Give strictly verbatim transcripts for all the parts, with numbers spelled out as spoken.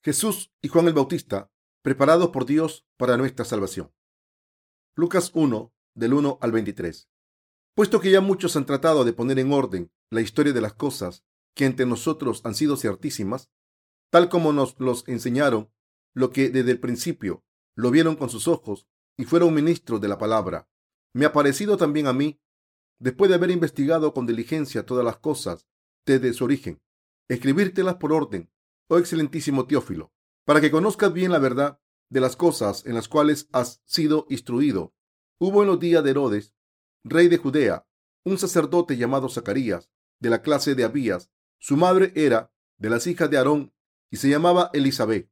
Jesús y Juan el Bautista, preparados por Dios para nuestra salvación. Lucas uno, del uno al veintitrés. Puesto que ya muchos han tratado de poner en orden la historia de las cosas que entre nosotros han sido ciertísimas, tal como nos los enseñaron, lo que desde el principio lo vieron con sus ojos y fueron ministros de la palabra, me ha parecido también a mí, después de haber investigado con diligencia todas las cosas desde su origen, escribírtelas por orden, oh excelentísimo Teófilo, para que conozcas bien la verdad de las cosas en las cuales has sido instruido. Hubo en los días de Herodes, rey de Judea, un sacerdote llamado Zacarías, de la clase de Abías. Su madre era de las hijas de Aarón y se llamaba Elisabet.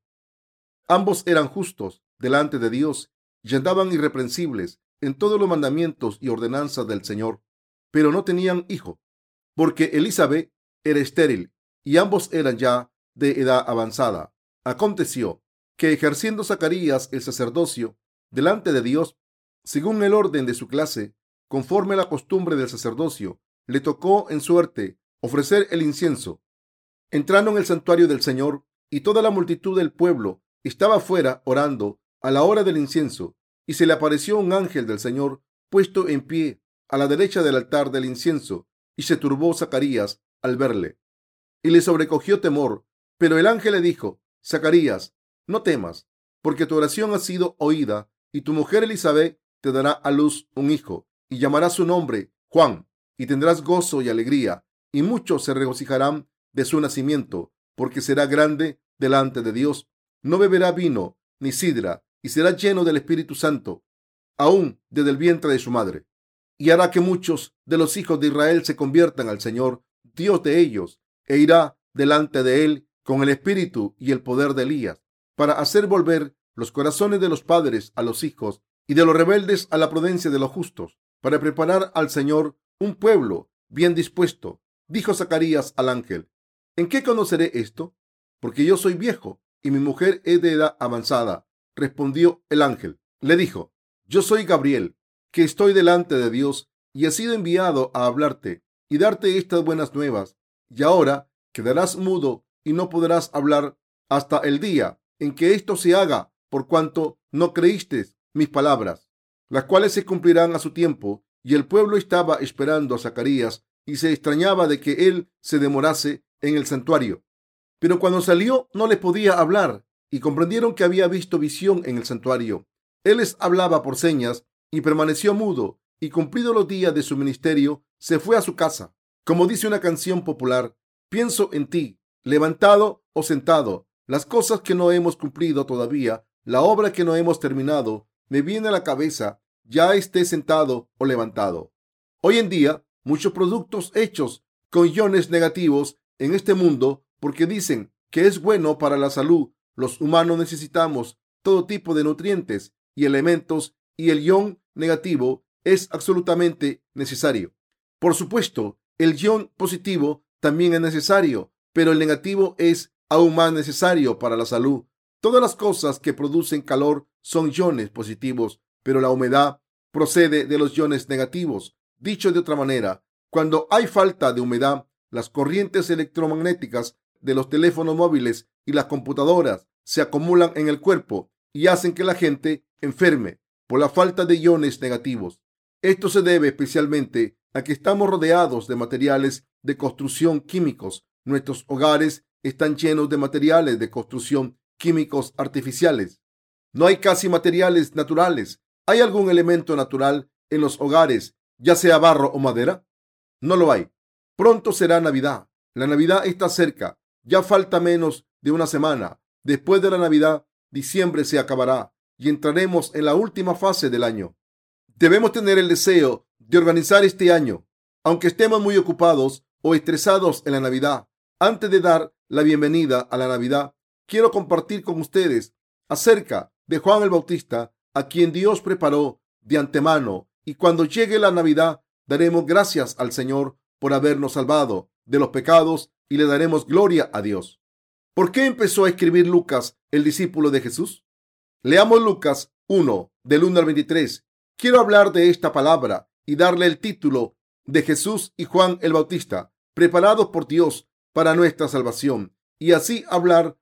Ambos eran justos delante de Dios y andaban irreprensibles en todos los mandamientos y ordenanzas del Señor, pero no tenían hijo, porque Elisabet era estéril y ambos eran ya de edad avanzada. Aconteció que ejerciendo Zacarías el sacerdocio delante de Dios, según el orden de su clase, conforme a la costumbre del sacerdocio, le tocó en suerte ofrecer el incienso. Entrando en el santuario del Señor, y toda la multitud del pueblo estaba fuera orando a la hora del incienso, y se le apareció un ángel del Señor puesto en pie a la derecha del altar del incienso, y se turbó Zacarías al verle, y le sobrecogió temor. Pero el ángel le dijo: Zacarías, no temas, porque tu oración ha sido oída, y tu mujer Elisabet te dará a luz un hijo, y llamará su nombre Juan, y tendrás gozo y alegría, y muchos se regocijarán de su nacimiento, porque será grande delante de Dios. No beberá vino ni sidra, y será lleno del Espíritu Santo, aún desde el vientre de su madre. Y hará que muchos de los hijos de Israel se conviertan al Señor, Dios de ellos, e irá delante de él con el espíritu y el poder de Elías, para hacer volver los corazones de los padres a los hijos y de los rebeldes a la prudencia de los justos, para preparar al Señor un pueblo bien dispuesto. Dijo Zacarías al ángel: ¿En qué conoceré esto? Porque yo soy viejo y mi mujer es de edad avanzada. Respondió el ángel. Le dijo: Yo soy Gabriel, que estoy delante de Dios y he sido enviado a hablarte y darte estas buenas nuevas. Y ahora quedarás mudo y no podrás hablar hasta el día en que esto se haga, por cuanto no creíste mis palabras, las cuales se cumplirán a su tiempo. Y el pueblo estaba esperando a Zacarías y se extrañaba de que él se demorase en el santuario. Pero cuando salió no les podía hablar, y comprendieron que había visto visión en el santuario. Él les hablaba por señas y permaneció mudo, y cumplidos los días de su ministerio, se fue a su casa. Como dice una canción popular: pienso en ti, levantado o sentado, las cosas que no hemos cumplido todavía, la obra que no hemos terminado, me viene a la cabeza, ya esté sentado o levantado. Hoy en día, muchos productos hechos con iones negativos en este mundo, porque dicen que es bueno para la salud. Los humanos necesitamos todo tipo de nutrientes y elementos, y el ion negativo es absolutamente necesario. Por supuesto, el ion positivo también es necesario, pero el negativo es aún más necesario para la salud. Todas las cosas que producen calor son iones positivos, pero la humedad procede de los iones negativos. Dicho de otra manera, cuando hay falta de humedad, las corrientes electromagnéticas de los teléfonos móviles y las computadoras se acumulan en el cuerpo y hacen que la gente enferme por la falta de iones negativos. Esto se debe especialmente a que estamos rodeados de materiales de construcción químicos. Nuestros hogares están llenos de materiales de construcción químicos artificiales. No hay casi materiales naturales. ¿Hay algún elemento natural en los hogares, ya sea barro o madera? No lo hay. Pronto será Navidad. La Navidad está cerca. Ya falta menos de una semana. Después de la Navidad, diciembre se acabará y entraremos en la última fase del año. Debemos tener el deseo de organizar este año, aunque estemos muy ocupados o estresados en la Navidad. Antes de dar la bienvenida a la Navidad, quiero compartir con ustedes acerca de Juan el Bautista, a quien Dios preparó de antemano, y cuando llegue la Navidad daremos gracias al Señor por habernos salvado de los pecados y le daremos gloria a Dios. ¿Por qué empezó a escribir Lucas, el discípulo de Jesús? Leamos Lucas uno, del uno al veintitrés. Quiero hablar de esta palabra y darle el título de Jesús y Juan el Bautista, preparados por Dios para nuestra salvación, y así hablar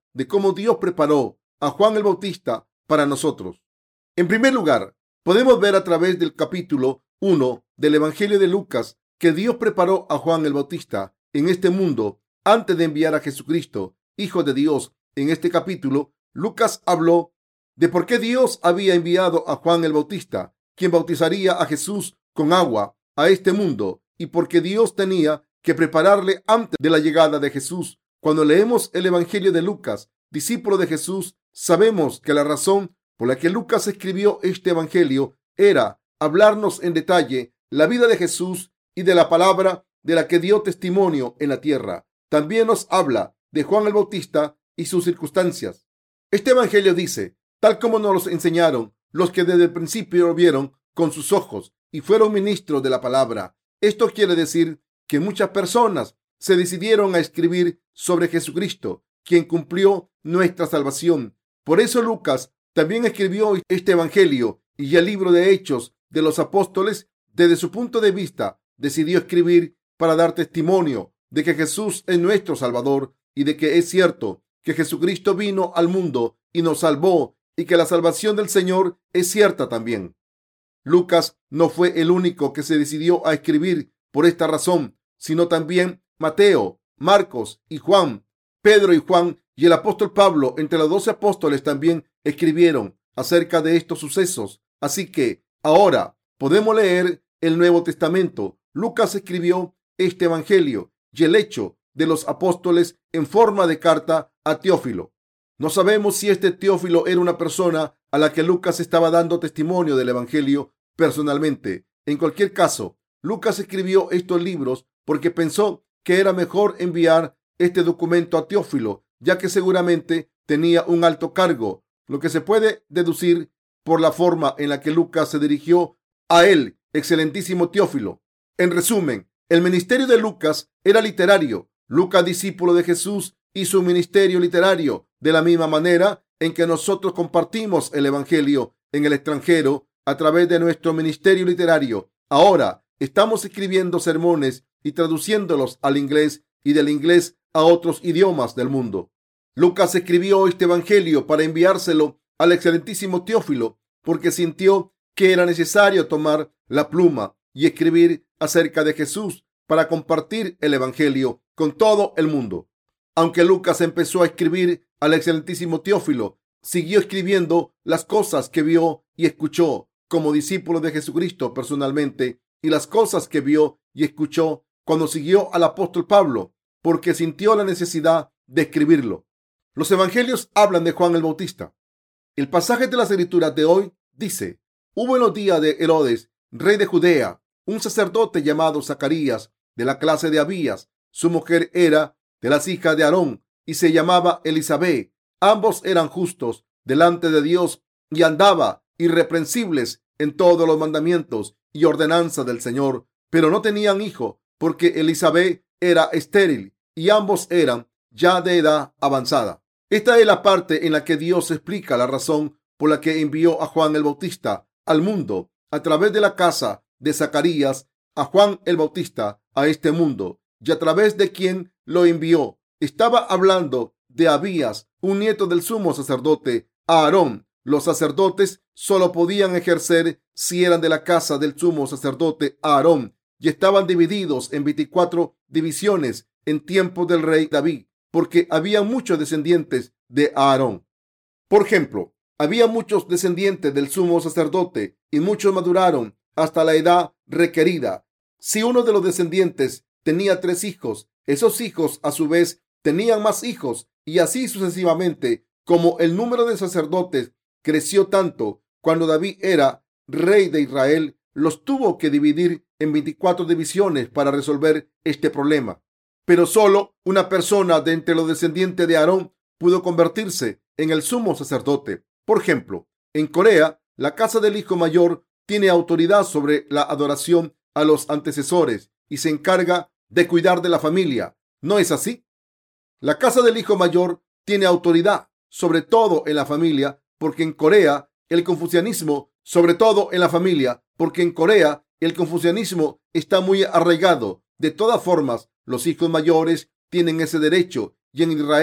de cómo Dios preparó a Juan el Bautista para nosotros. En primer lugar, podemos ver a través del capítulo uno del Evangelio de Lucas que Dios preparó a Juan el Bautista en este mundo antes de enviar a Jesucristo, Hijo de Dios. En este capítulo, Lucas habló de por qué Dios había enviado a Juan el Bautista, quien bautizaría a Jesús con agua a este mundo, y porque Dios tenía que prepararle antes de la llegada de Jesús. Cuando leemos el Evangelio de Lucas, discípulo de Jesús, sabemos que la razón por la que Lucas escribió este Evangelio era hablarnos en detalle la vida de Jesús y de la palabra de la que dio testimonio en la tierra. También nos habla de Juan el Bautista y sus circunstancias. Este Evangelio dice, tal como nos los enseñaron los que desde el principio lo vieron con sus ojos y fueron ministros de la palabra. Esto quiere decir que muchas personas se decidieron a escribir sobre Jesucristo, quien cumplió nuestra salvación. Por eso Lucas también escribió este Evangelio y el libro de Hechos de los Apóstoles. Desde su punto de vista, decidió escribir para dar testimonio de que Jesús es nuestro Salvador y de que es cierto que Jesucristo vino al mundo y nos salvó y que la salvación del Señor es cierta también. Lucas no fue el único que se decidió a escribir por esta razón, sino también Mateo, Marcos y Juan. Pedro y Juan y el apóstol Pablo, entre los doce apóstoles, también escribieron acerca de estos sucesos. Así que ahora podemos leer el Nuevo Testamento. Lucas escribió este Evangelio y el Hecho de los Apóstoles en forma de carta a Teófilo. No sabemos si este Teófilo era una persona a la que Lucas estaba dando testimonio del Evangelio personalmente. En cualquier caso, Lucas escribió estos libros porque pensó que era mejor enviar este documento a Teófilo, ya que seguramente tenía un alto cargo, lo que se puede deducir por la forma en la que Lucas se dirigió a él, excelentísimo Teófilo. En resumen, el ministerio de Lucas era literario. Lucas, discípulo de Jesús, hizo un ministerio literario de la misma manera en que nosotros compartimos el Evangelio en el extranjero a través de nuestro ministerio literario. Ahora estamos escribiendo sermones y traduciéndolos al inglés y del inglés a otros idiomas del mundo. Lucas escribió este Evangelio para enviárselo al excelentísimo Teófilo porque sintió que era necesario tomar la pluma y escribir acerca de Jesús para compartir el Evangelio con todo el mundo. Aunque Lucas empezó a escribir al excelentísimo Teófilo, siguió escribiendo las cosas que vio y escuchó como discípulo de Jesucristo personalmente y las cosas que vio y escuchó cuando siguió al apóstol Pablo, porque sintió la necesidad de escribirlo. Los evangelios hablan de Juan el Bautista. El pasaje de las Escrituras de hoy dice: hubo en los días de Herodes, rey de Judea, un sacerdote llamado Zacarías, de la clase de Abías. Su mujer era de las hijas de Aarón y se llamaba Elisabet. Ambos eran justos delante de Dios y andaba irreprensibles en todos los mandamientos y ordenanzas del Señor, pero no tenían hijo porque Elisabet era estéril y ambos eran ya de edad avanzada. Esta es la parte en la que Dios explica la razón por la que envió a Juan el Bautista al mundo a través de la casa de Zacarías, a Juan el Bautista a este mundo, y a través de quien lo envió. Estaba hablando de Abías, un nieto del sumo sacerdote Aarón. Los sacerdotes solo podían ejercer si eran de la casa del sumo sacerdote Aarón, y estaban divididos en veinticuatro divisiones en tiempos del rey David, porque había muchos descendientes de Aarón. Por ejemplo, había muchos descendientes del sumo sacerdote y muchos maduraron hasta la edad requerida. Si uno de los descendientes tenía tres hijos, esos hijos a su vez tenían más hijos y así sucesivamente. Como el número de sacerdotes creció tanto, cuando David era rey de Israel, los tuvo que dividir en veinticuatro divisiones para resolver este problema. Pero solo una persona de entre los descendientes de Aarón pudo convertirse en el sumo sacerdote. Por ejemplo, en Corea, la casa del hijo mayor tiene autoridad sobre la adoración a los antecesores y se encarga de cuidar de la familia. ¿No es así? La casa del hijo mayor tiene autoridad sobre todo en la familia, porque en Corea el confucianismo, sobre todo en la familia, porque en Corea el confucianismo está muy arraigado. De todas formas, los hijos mayores tienen ese derecho y en Israel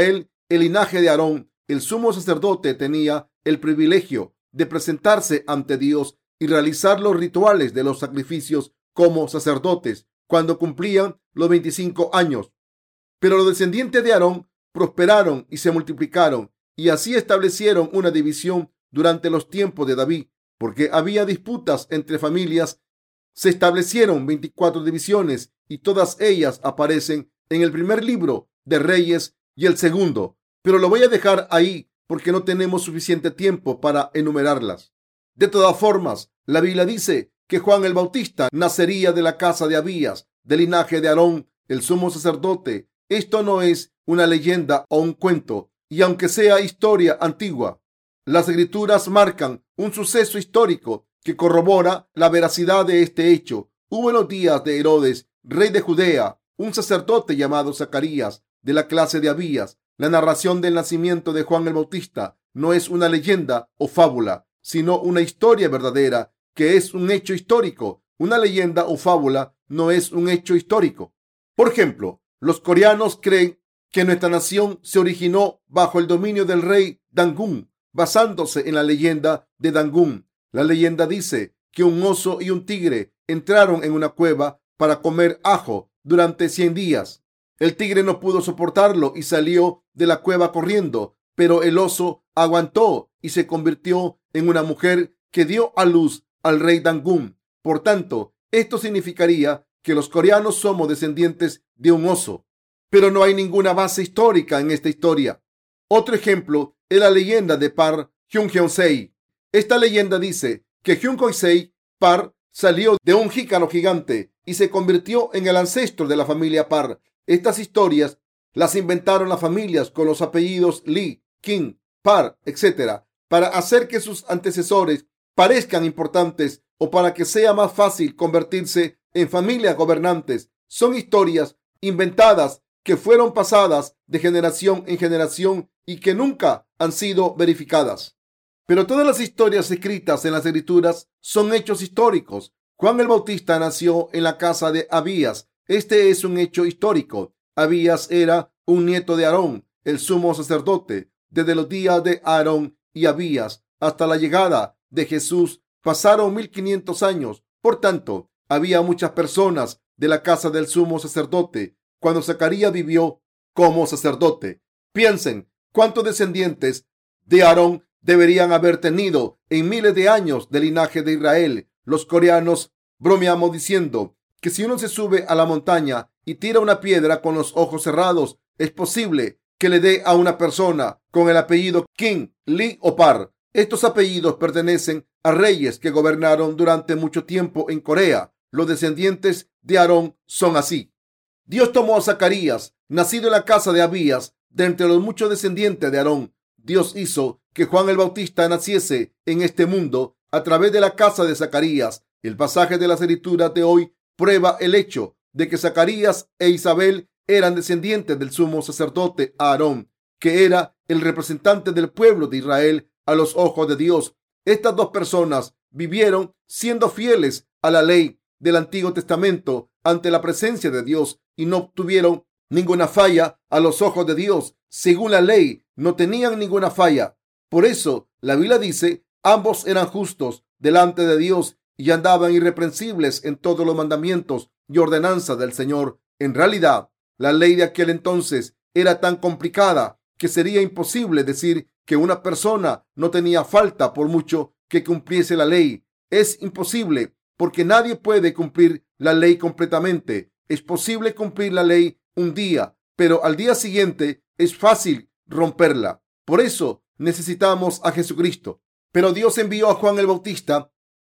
el linaje de Aarón, el sumo sacerdote tenía el privilegio de presentarse ante Dios y realizar los rituales de los sacrificios como sacerdotes cuando cumplían los veinticinco años. Pero los descendientes de Aarón prosperaron y se multiplicaron, y así establecieron una división durante los tiempos de David, porque había disputas entre familias. Se establecieron veinticuatro divisiones y todas ellas aparecen en el primer libro de Reyes y el segundo, pero lo voy a dejar ahí porque no tenemos suficiente tiempo para enumerarlas. De todas formas, la Biblia dice que Juan el Bautista nacería de la casa de Abías, del linaje de Aarón, el sumo sacerdote. Esto no es una leyenda o un cuento, y aunque sea historia antigua, las escrituras marcan un suceso histórico que corrobora la veracidad de este hecho. Hubo en los días de Herodes, rey de Judea, un sacerdote llamado Zacarías, de la clase de Abías. La narración del nacimiento de Juan el Bautista no es una leyenda o fábula, sino una historia verdadera, que es un hecho histórico. Una leyenda o fábula no es un hecho histórico. Por ejemplo, los coreanos creen que nuestra nación se originó bajo el dominio del rey Dangun, basándose en la leyenda de Dangun. La leyenda dice que un oso y un tigre entraron en una cueva para comer ajo durante cien días. El tigre no pudo soportarlo y salió de la cueva corriendo, pero el oso aguantó y se convirtió en una mujer que dio a luz al rey Dangun. Por tanto, esto significaría que los coreanos somos descendientes de un oso, pero no hay ninguna base histórica en esta historia. Otro ejemplo es la leyenda de Par Hyung-Hyun-sei. Esta leyenda dice que Hyung-Hyun-sei Par salió de un jícaro gigante y se convirtió en el ancestro de la familia Par. Estas historias las inventaron las familias con los apellidos Lee, Kim, Par, etcétera, para hacer que sus antecesores parezcan importantes o para que sea más fácil convertirse en familias gobernantes. Son historias inventadas que fueron pasadas de generación en generación y que nunca han sido verificadas. Pero todas las historias escritas en las escrituras son hechos históricos. Juan el Bautista nació en la casa de Abías. Este es un hecho histórico. Abías era un nieto de Aarón, el sumo sacerdote. Desde los días de Aarón y Abías hasta la llegada de Jesús pasaron mil quinientos años. Por tanto, había muchas personas de la casa del sumo sacerdote cuando Zacarías vivió como sacerdote. Piensen cuántos descendientes de Aarón deberían haber tenido en miles de años de linaje de Israel. Los coreanos bromeamos diciendo que si uno se sube a la montaña y tira una piedra con los ojos cerrados, es posible que le dé a una persona con el apellido Kim, Lee o Par. Estos apellidos pertenecen a reyes que gobernaron durante mucho tiempo en Corea. Los descendientes de Aarón son así. Dios tomó a Zacarías, nacido en la casa de Abías, de entre los muchos descendientes de Aarón. Dios hizo que Juan el Bautista naciese en este mundo a través de la casa de Zacarías. El pasaje de las escrituras de hoy prueba el hecho de que Zacarías e Isabel eran descendientes del sumo sacerdote Aarón, que era el representante del pueblo de Israel a los ojos de Dios. Estas dos personas vivieron siendo fieles a la ley del Antiguo Testamento ante la presencia de Dios y no tuvieron ninguna falla a los ojos de Dios. Según la ley, no tenían ninguna falla. Por eso, la Biblia dice, ambos eran justos delante de Dios y andaban irreprensibles en todos los mandamientos y ordenanzas del Señor. En realidad, la ley de aquel entonces era tan complicada que sería imposible decir que una persona no tenía falta por mucho que cumpliese la ley. Es imposible porque nadie puede cumplir la ley completamente. Es posible cumplir la ley un día, pero al día siguiente es fácil romperla. Por eso necesitamos a Jesucristo. Pero Dios envió a Juan el Bautista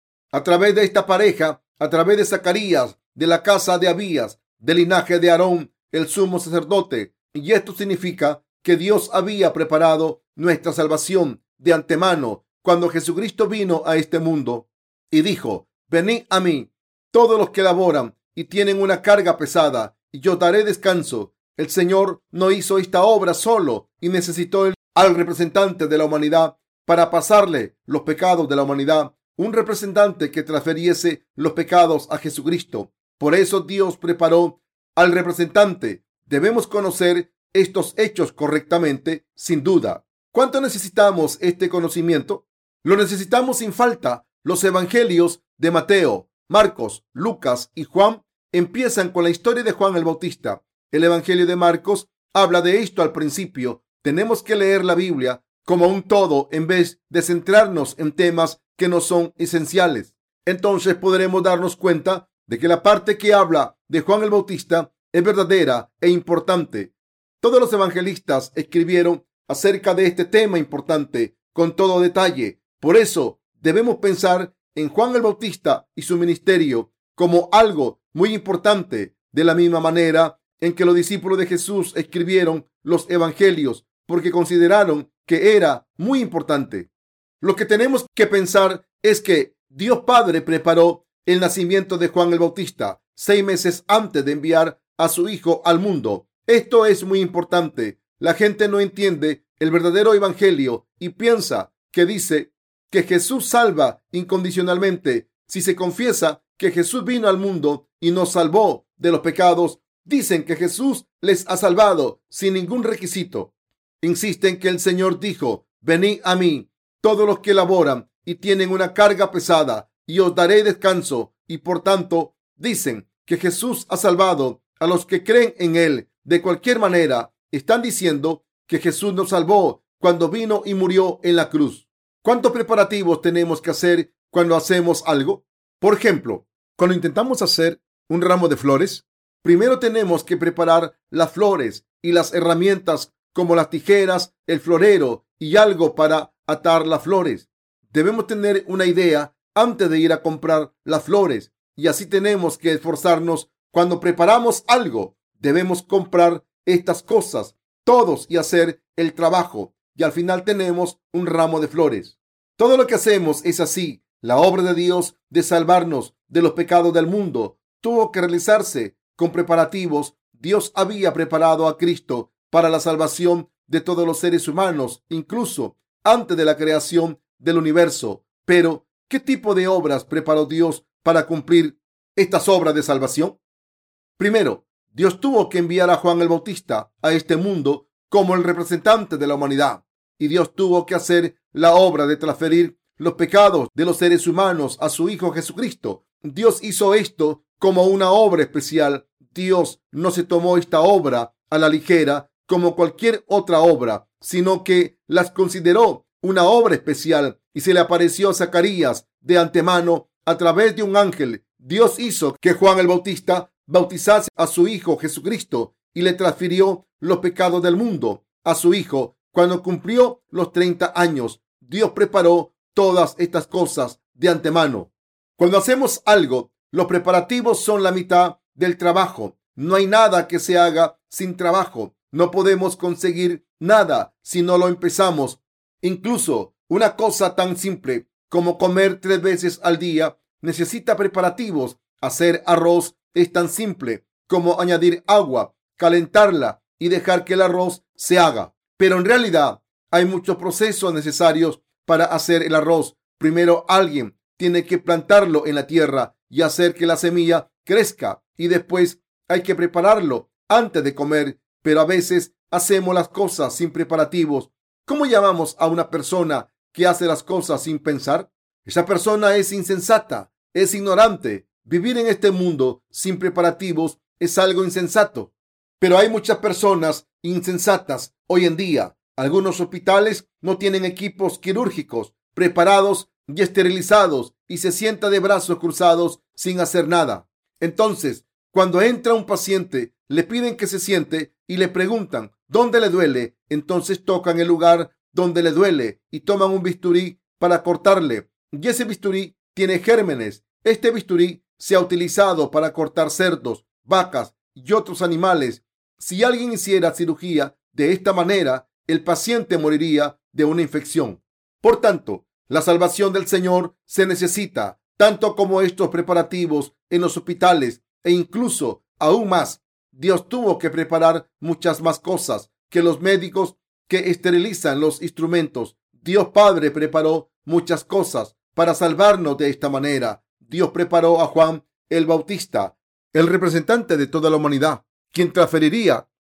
a través de esta pareja, a través de Zacarías, de la casa de Abías, del linaje de Aarón, el sumo sacerdote. Y esto significa que Dios había preparado nuestra salvación de antemano cuando Jesucristo vino a este mundo y dijo: venid a mí, todos los que laboran y tienen una carga pesada, y yo daré descanso. El Señor no hizo esta obra solo y necesitó al representante de la humanidad para pasarle los pecados de la humanidad, un representante que transfiriese los pecados a Jesucristo. Por eso Dios preparó al representante. Debemos conocer estos hechos correctamente, sin duda. ¿Cuánto necesitamos este conocimiento? Lo necesitamos sin falta. Los evangelios de Mateo, Marcos, Lucas y Juan empiezan con la historia de Juan el Bautista. El evangelio de Marcos habla de esto al principio. Tenemos que leer la Biblia como un todo en vez de centrarnos en temas que no son esenciales. Entonces podremos darnos cuenta de que la parte que habla de Juan el Bautista es verdadera e importante. Todos los evangelistas escribieron acerca de este tema importante con todo detalle. Por eso debemos pensar en Juan el Bautista y su ministerio como algo muy importante, de la misma manera en que los discípulos de Jesús escribieron los evangelios porque consideraron que era muy importante. Lo que tenemos que pensar es que Dios Padre preparó el nacimiento de Juan el Bautista seis meses antes de enviar a su hijo al mundo. Esto es muy importante. La gente no entiende el verdadero evangelio y piensa que dice que Jesús salva incondicionalmente. Si se confiesa que Jesús vino al mundo y nos salvó de los pecados, dicen que Jesús les ha salvado sin ningún requisito. Insisten que el Señor dijo: venid a mí, todos los que laboran y tienen una carga pesada, y os daré descanso. Y por tanto, dicen que Jesús ha salvado a los que creen en Él. De cualquier manera, están diciendo que Jesús nos salvó cuando vino y murió en la cruz. ¿Cuántos preparativos tenemos que hacer cuando hacemos algo? Por ejemplo, cuando intentamos hacer un ramo de flores, primero tenemos que preparar las flores y las herramientas como las tijeras, el florero y algo para atar las flores. Debemos tener una idea antes de ir a comprar las flores, y así tenemos que esforzarnos. Cuando preparamos algo, debemos comprar estas cosas todos y hacer el trabajo, y al final tenemos un ramo de flores. Todo lo que hacemos es así. La obra de Dios de salvarnos de los pecados del mundo tuvo que realizarse con preparativos. Dios había preparado a Cristo para la salvación de todos los seres humanos, incluso antes de la creación del universo. Pero, ¿qué tipo de obras preparó Dios para cumplir estas obras de salvación? Primero, Dios tuvo que enviar a Juan el Bautista a este mundo como el representante de la humanidad. Y Dios tuvo que hacer la obra de transferir los pecados de los seres humanos a su Hijo Jesucristo. Dios hizo esto como una obra especial. Dios no se tomó esta obra a la ligera como cualquier otra obra, sino que las consideró una obra especial, y se le apareció a Zacarías de antemano a través de un ángel. Dios hizo que Juan el Bautista bautizase a su Hijo Jesucristo y le transfirió los pecados del mundo a su Hijo. Cuando cumplió los treinta años, Dios preparó todas estas cosas de antemano. Cuando hacemos algo, los preparativos son la mitad del trabajo. No hay nada que se haga sin trabajo. No podemos conseguir nada si no lo empezamos. Incluso una cosa tan simple como comer tres veces al día necesita preparativos. Hacer arroz es tan simple como añadir agua, calentarla y dejar que el arroz se haga. Pero en realidad hay muchos procesos necesarios para hacer el arroz. Primero alguien tiene que plantarlo en la tierra y hacer que la semilla crezca, y después hay que prepararlo antes de comer. Pero a veces hacemos las cosas sin preparativos. ¿Cómo llamamos a una persona que hace las cosas sin pensar? Esa persona es insensata, es ignorante. Vivir en este mundo sin preparativos es algo insensato. Pero hay muchas personas insensatas hoy en día. Algunos hospitales no tienen equipos quirúrgicos preparados y esterilizados, y se sienta de brazos cruzados sin hacer nada. Entonces, cuando entra un paciente, le piden que se siente y le preguntan dónde le duele. Entonces tocan el lugar donde le duele y toman un bisturí para cortarle. Y ese bisturí tiene gérmenes. Este bisturí se ha utilizado para cortar cerdos, vacas y otros animales. Si alguien hiciera cirugía de esta manera, el paciente moriría de una infección. Por tanto, la salvación del Señor se necesita tanto como estos preparativos en los hospitales, e incluso aún más. Dios tuvo que preparar muchas más cosas que los médicos que esterilizan los instrumentos. Dios Padre preparó muchas cosas para salvarnos de esta manera. Dios preparó a Juan el Bautista, el representante de toda la humanidad, quien transferiría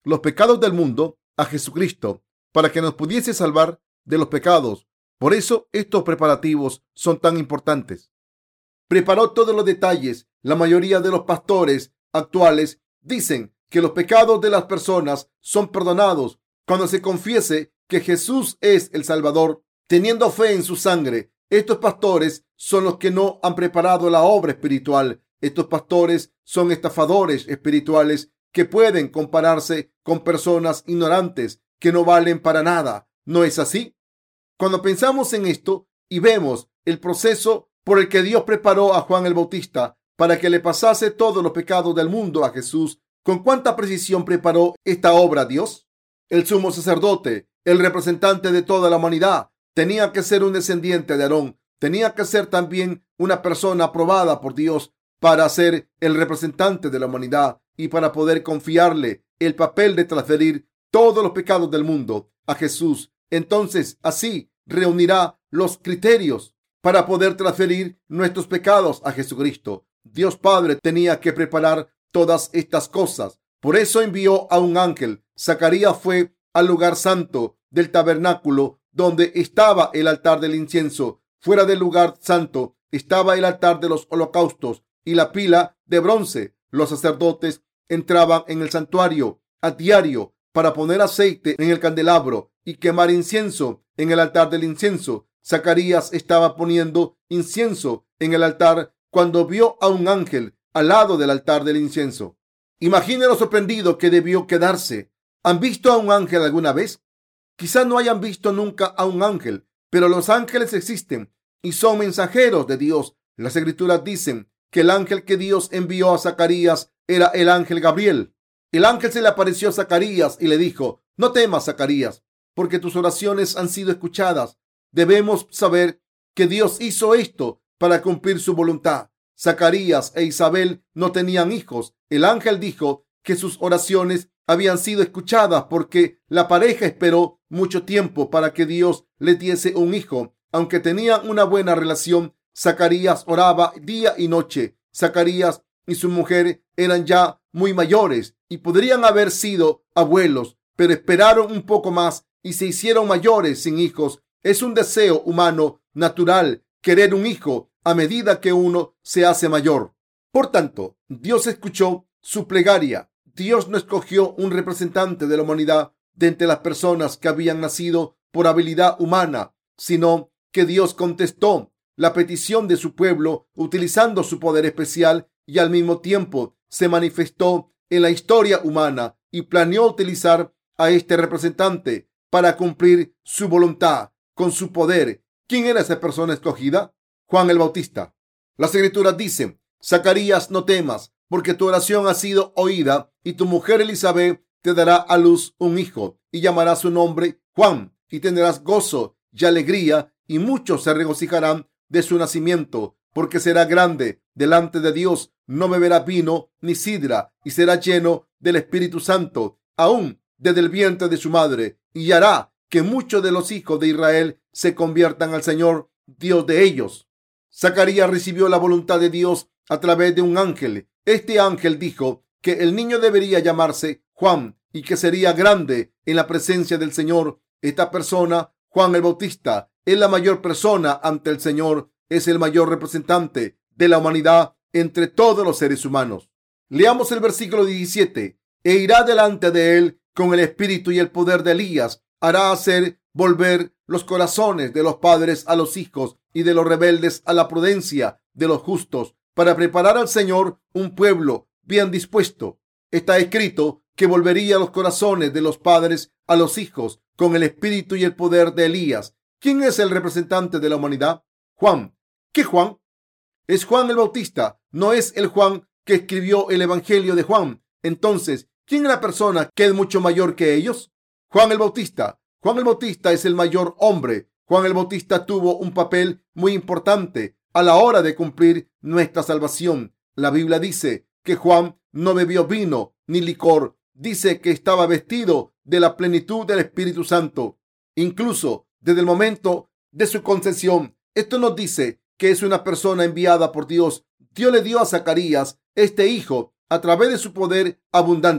los pecados del mundo a Jesucristo para que nos pudiese salvar de los pecados. Por eso estos preparativos son tan importantes. Preparó todos los detalles. La mayoría de los pastores actuales dicen que los pecados de las personas son perdonados cuando se confiese que Jesús es el Salvador, teniendo fe en su sangre. Estos pastores son los que no han preparado la obra espiritual. Estos pastores son estafadores espirituales que pueden compararse con personas ignorantes que no valen para nada. ¿No es así? Cuando pensamos en esto y vemos el proceso por el que Dios preparó a Juan el Bautista para que le pasase todos los pecados del mundo a Jesús, ¿con cuánta precisión preparó esta obra Dios? El sumo sacerdote, el representante de toda la humanidad, tenía que ser un descendiente de Aarón. Tenía que ser también una persona aprobada por Dios para ser el representante de la humanidad y para poder confiarle el papel de transferir todos los pecados del mundo a Jesús. Entonces, así reunirá los criterios para poder transferir nuestros pecados a Jesucristo. Dios Padre tenía que preparar todas estas cosas. Por eso envió a un ángel. Zacarías fue al lugar santo del tabernáculo donde estaba el altar del incienso. Fuera del lugar santo estaba el altar de los holocaustos y la pila de bronce. Los sacerdotes entraban en el santuario a diario para poner aceite en el candelabro y quemar incienso en el altar del incienso. Zacarías estaba poniendo incienso en el altar cuando vio a un ángel al lado del altar del incienso. Imagine lo sorprendido que debió quedarse. ¿Han visto a un ángel alguna vez? Quizás no hayan visto nunca a un ángel, pero los ángeles existen y son mensajeros de Dios. Las escrituras dicen que el ángel que Dios envió a Zacarías era el ángel Gabriel. El ángel se le apareció a Zacarías y le dijo: no temas, Zacarías, porque tus oraciones han sido escuchadas. Debemos saber que Dios hizo esto para cumplir su voluntad. Zacarías e Isabel no tenían hijos. El ángel dijo que sus oraciones habían sido escuchadas porque la pareja esperó mucho tiempo para que Dios les diese un hijo. Aunque tenían una buena relación, Zacarías oraba día y noche. Zacarías y su mujer eran ya muy mayores y podrían haber sido abuelos, pero esperaron un poco más y se hicieron mayores sin hijos. Es un deseo humano natural querer un hijo a medida que uno se hace mayor. Por tanto, Dios escuchó su plegaria. Dios no escogió un representante de la humanidad de entre las personas que habían nacido por habilidad humana, sino que Dios contestó la petición de su pueblo utilizando su poder especial y al mismo tiempo se manifestó en la historia humana y planeó utilizar a este representante para cumplir su voluntad con su poder. ¿Quién era esa persona escogida? Juan el Bautista. Las escrituras dicen: Zacarías, no temas, porque tu oración ha sido oída y tu mujer Elizabeth te dará a luz un hijo y llamará su nombre Juan, y tendrás gozo y alegría y muchos se regocijarán de su nacimiento, porque será grande delante de Dios. No beberá vino ni sidra y será lleno del Espíritu Santo aún desde el vientre de su madre, y hará que muchos de los hijos de Israel se conviertan al Señor, Dios de ellos. Zacarías recibió la voluntad de Dios a través de un ángel. Este ángel dijo que el niño debería llamarse Juan y que sería grande en la presencia del Señor. Esta persona, Juan el Bautista, es la mayor persona ante el Señor. Es el mayor representante de la humanidad entre todos los seres humanos. Leamos el versículo diecisiete. E irá delante de él con el espíritu y el poder de Elías. Hará hacer volver los corazones de los padres a los hijos y de los rebeldes a la prudencia de los justos, para preparar al Señor un pueblo bien dispuesto. Está escrito que volvería los corazones de los padres a los hijos con el espíritu y el poder de Elías. ¿Quién es el representante de la humanidad? Juan. ¿Qué Juan? Es Juan el Bautista. No es el Juan que escribió el Evangelio de Juan. Entonces, ¿quién es la persona que es mucho mayor que ellos? Juan el Bautista. Juan el Bautista es el mayor hombre. Juan el Bautista tuvo un papel muy importante a la hora de cumplir nuestra salvación. La Biblia dice que Juan no bebió vino ni licor. Dice que estaba vestido de la plenitud del Espíritu Santo, incluso desde el momento de su concepción. Esto nos dice que es una persona enviada por Dios. Dios le dio a Zacarías este hijo a través de su poder abundante.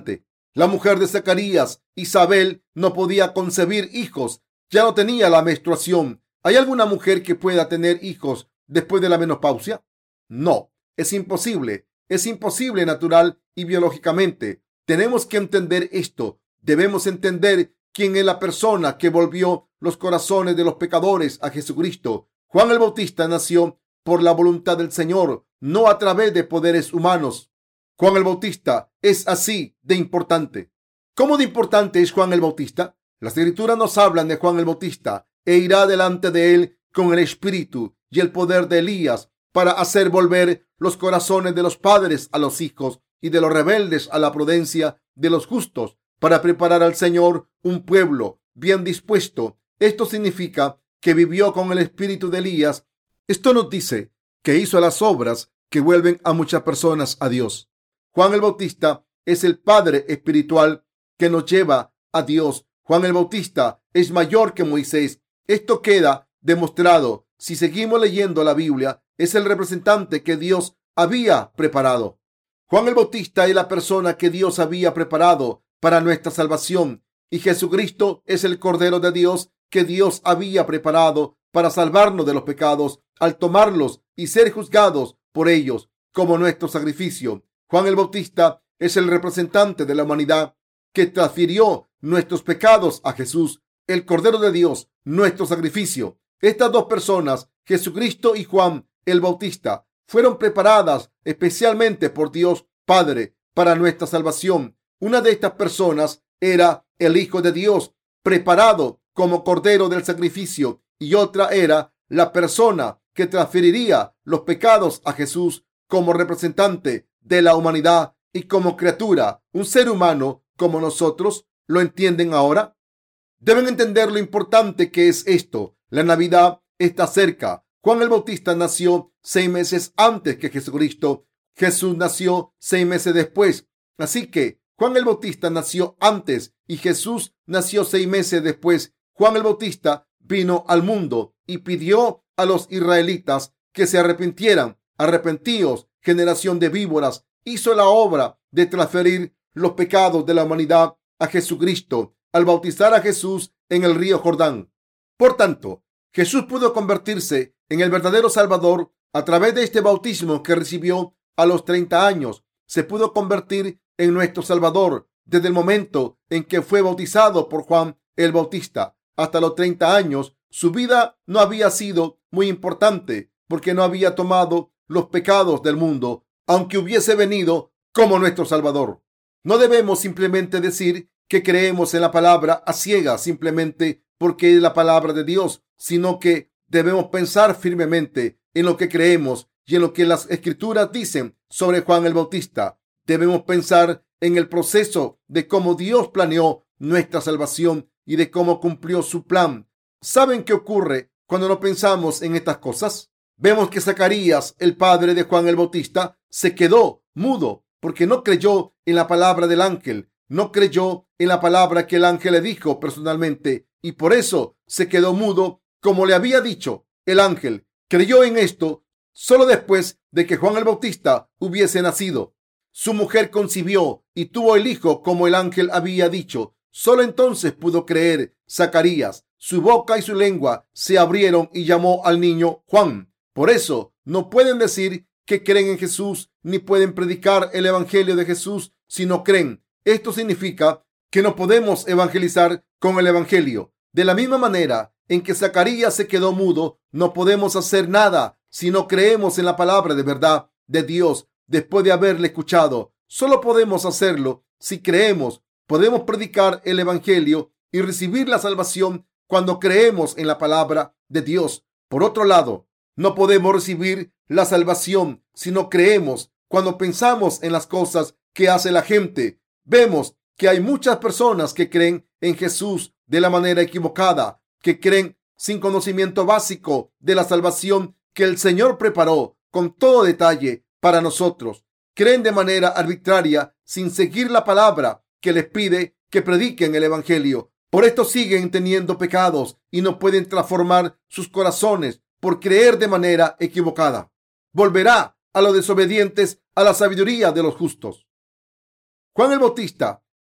La mujer de Zacarías, Isabel, no podía concebir hijos, ya no tenía la menstruación. ¿Hay alguna mujer que pueda tener hijos después de la menopausia? No, es imposible. Es imposible natural y biológicamente. Tenemos que entender esto. Debemos entender quién es la persona que volvió los corazones de los pecadores a Jesucristo. Juan el Bautista nació por la voluntad del Señor, no a través de poderes humanos. Juan el Bautista es así de importante. ¿Cómo de importante es Juan el Bautista? Las Escrituras nos hablan de Juan el Bautista e irá delante de él con el espíritu y el poder de Elías para hacer volver los corazones de los padres a los hijos y de los rebeldes a la prudencia de los justos, para preparar al Señor un pueblo bien dispuesto. Esto significa que vivió con el espíritu de Elías. Esto nos dice que hizo las obras que vuelven a muchas personas a Dios. Juan el Bautista es el padre espiritual que nos lleva a Dios. Juan el Bautista es mayor que Moisés. Esto queda demostrado si seguimos leyendo la Biblia. Es el representante que Dios había preparado. Juan el Bautista es la persona que Dios había preparado para nuestra salvación, y Jesucristo es el Cordero de Dios que Dios había preparado para salvarnos de los pecados al tomarlos y ser juzgados por ellos como nuestro sacrificio. Juan el Bautista es el representante de la humanidad que transfirió nuestros pecados a Jesús, el Cordero de Dios, nuestro sacrificio. Estas dos personas, Jesucristo y Juan el Bautista, fueron preparadas especialmente por Dios Padre para nuestra salvación. Una de estas personas era el Hijo de Dios, preparado como Cordero del sacrificio, y otra era la persona que transferiría los pecados a Jesús como representante de la humanidad y como criatura, un ser humano como nosotros. ¿Lo entienden ahora? Deben entender lo importante que es esto. La Navidad está cerca. Juan el Bautista nació seis meses antes que Jesucristo. Jesús nació seis meses después. Así que Juan el Bautista nació antes y Jesús nació seis meses después. Juan el Bautista vino al mundo y pidió a los israelitas que se arrepintieran. Arrepentíos, generación de víboras. Hizo la obra de transferir los pecados de la humanidad a Jesucristo al bautizar a Jesús en el río Jordán. Por tanto, Jesús pudo convertirse en el verdadero Salvador a través de este bautismo que recibió a los treinta años. Se pudo convertir en nuestro Salvador desde el momento en que fue bautizado por Juan el Bautista. Hasta los treinta años, su vida no había sido muy importante porque no había tomado los pecados del mundo, aunque hubiese venido como nuestro Salvador. No debemos simplemente decir que creemos en la palabra a ciegas simplemente porque es la palabra de Dios, sino que debemos pensar firmemente en lo que creemos y en lo que las Escrituras dicen sobre Juan el Bautista. Debemos pensar en el proceso de cómo Dios planeó nuestra salvación y de cómo cumplió su plan. ¿Saben qué ocurre cuando no pensamos en estas cosas? Vemos que Zacarías, el padre de Juan el Bautista, se quedó mudo porque no creyó en la palabra del ángel. No creyó en la palabra que el ángel le dijo personalmente y por eso se quedó mudo como le había dicho el ángel. Creyó en esto solo después de que Juan el Bautista hubiese nacido. Su mujer concibió y tuvo el hijo como el ángel había dicho. Solo entonces pudo creer Zacarías. Su boca y su lengua se abrieron y llamó al niño Juan. Por eso no pueden decir que creen en Jesús ni pueden predicar el evangelio de Jesús si no creen. Esto significa que no podemos evangelizar con el evangelio. De la misma manera en que Zacarías se quedó mudo, no podemos hacer nada si no creemos en la palabra de verdad de Dios después de haberle escuchado. Solo podemos hacerlo si creemos. Podemos predicar el evangelio y recibir la salvación cuando creemos en la palabra de Dios. Por otro lado, no podemos recibir la salvación si no creemos. Cuando pensamos en las cosas que hace la gente, vemos que hay muchas personas que creen en Jesús de la manera equivocada, que creen sin conocimiento básico de la salvación que el Señor preparó con todo detalle para nosotros. Creen de manera arbitraria sin seguir la palabra que les pide que prediquen el evangelio. Por esto siguen teniendo pecados y no pueden transformar sus corazones por creer de manera equivocada. Volverá a los desobedientes a la sabiduría de los justos. Juan el Bautista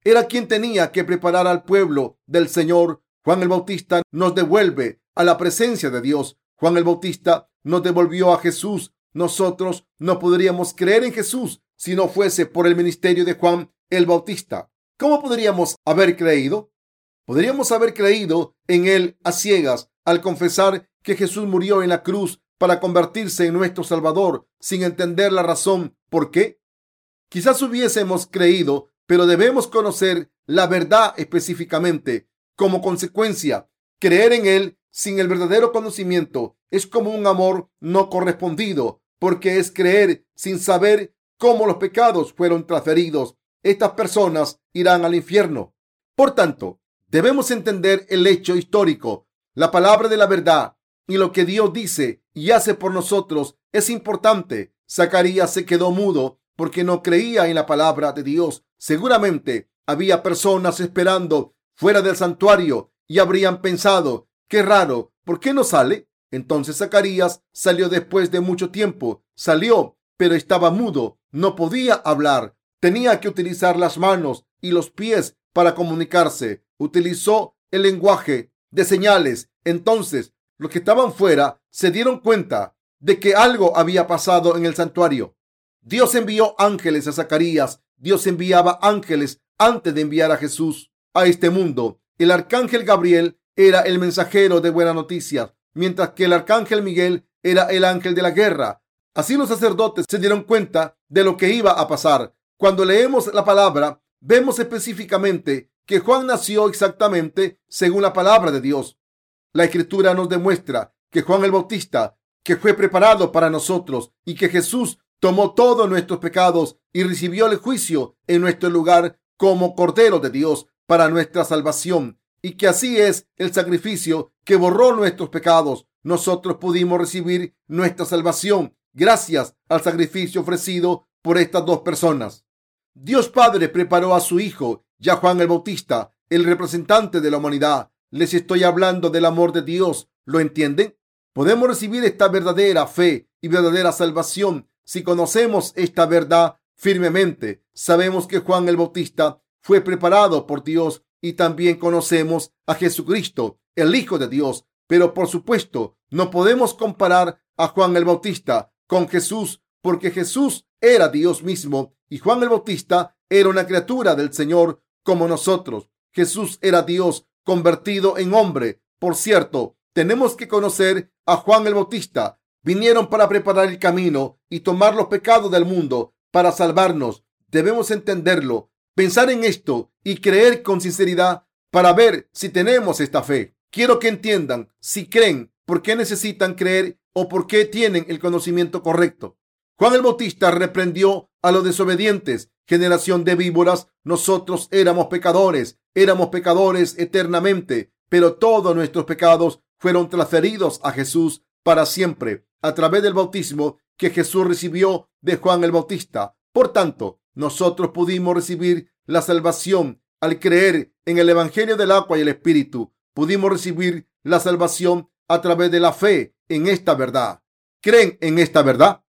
era quien tenía que preparar al pueblo del Señor. Juan el Bautista nos devuelve a la presencia de Dios. Juan el Bautista nos devolvió a Jesús. Nosotros no podríamos creer en Jesús si no fuese por el ministerio de Juan el Bautista. ¿Cómo podríamos haber creído? Podríamos haber creído en él a ciegas al confesar que Jesús murió en la cruz para convertirse en nuestro Salvador sin entender la razón por qué. Quizás hubiésemos creído, pero debemos conocer la verdad específicamente. Como consecuencia, creer en él sin el verdadero conocimiento es como un amor no correspondido, porque es creer sin saber cómo los pecados fueron transferidos. Estas personas irán al infierno. Por tanto, debemos entender el hecho histórico, la palabra de la verdad y lo que Dios dice y hace por nosotros es importante. Zacarías se quedó mudo porque no creía en la palabra de Dios. Seguramente había personas esperando fuera del santuario y habrían pensado, qué raro, ¿por qué no sale? Entonces Zacarías salió después de mucho tiempo. Salió, pero estaba mudo, no podía hablar. Tenía que utilizar las manos y los pies para comunicarse. Utilizó el lenguaje de señales. Entonces, los que estaban fuera se dieron cuenta de que algo había pasado en el santuario. Dios envió ángeles a Zacarías. Dios enviaba ángeles antes de enviar a Jesús a este mundo. El arcángel Gabriel era el mensajero de buenas noticias, mientras que el arcángel Miguel era el ángel de la guerra. Así los sacerdotes se dieron cuenta de lo que iba a pasar. Cuando leemos la palabra, vemos específicamente que Juan nació exactamente según la palabra de Dios. La Escritura nos demuestra que Juan el Bautista, que fue preparado para nosotros, y que Jesús tomó todos nuestros pecados y recibió el juicio en nuestro lugar como Cordero de Dios para nuestra salvación, y que así es el sacrificio que borró nuestros pecados. Nosotros pudimos recibir nuestra salvación gracias al sacrificio ofrecido por estas dos personas. Dios Padre preparó a su Hijo, ya Juan el Bautista, el representante de la humanidad. Les estoy hablando del amor de Dios. ¿Lo entienden? Podemos recibir esta verdadera fe y verdadera salvación si conocemos esta verdad firmemente. Sabemos que Juan el Bautista fue preparado por Dios y también conocemos a Jesucristo, el Hijo de Dios. Pero por supuesto, no podemos comparar a Juan el Bautista con Jesús, porque Jesús era Dios mismo y Juan el Bautista era una criatura del Señor como nosotros. Jesús era Dios convertido en hombre. Por cierto, tenemos que conocer a Juan el Bautista. Vinieron para preparar el camino y tomar los pecados del mundo para salvarnos. Debemos entenderlo, pensar en esto y creer con sinceridad para ver si tenemos esta fe. Quiero que entiendan, si creen, por qué necesitan creer o por qué tienen el conocimiento correcto. Juan el Bautista reprendió a los desobedientes. Generación de víboras, nosotros éramos pecadores, éramos pecadores eternamente, pero todos nuestros pecados fueron transferidos a Jesús para siempre a través del bautismo que Jesús recibió de Juan el Bautista. Por tanto, nosotros pudimos recibir la salvación al creer en el Evangelio del agua y el Espíritu. Pudimos recibir la salvación a través de la fe en esta verdad. ¿Creen en esta verdad?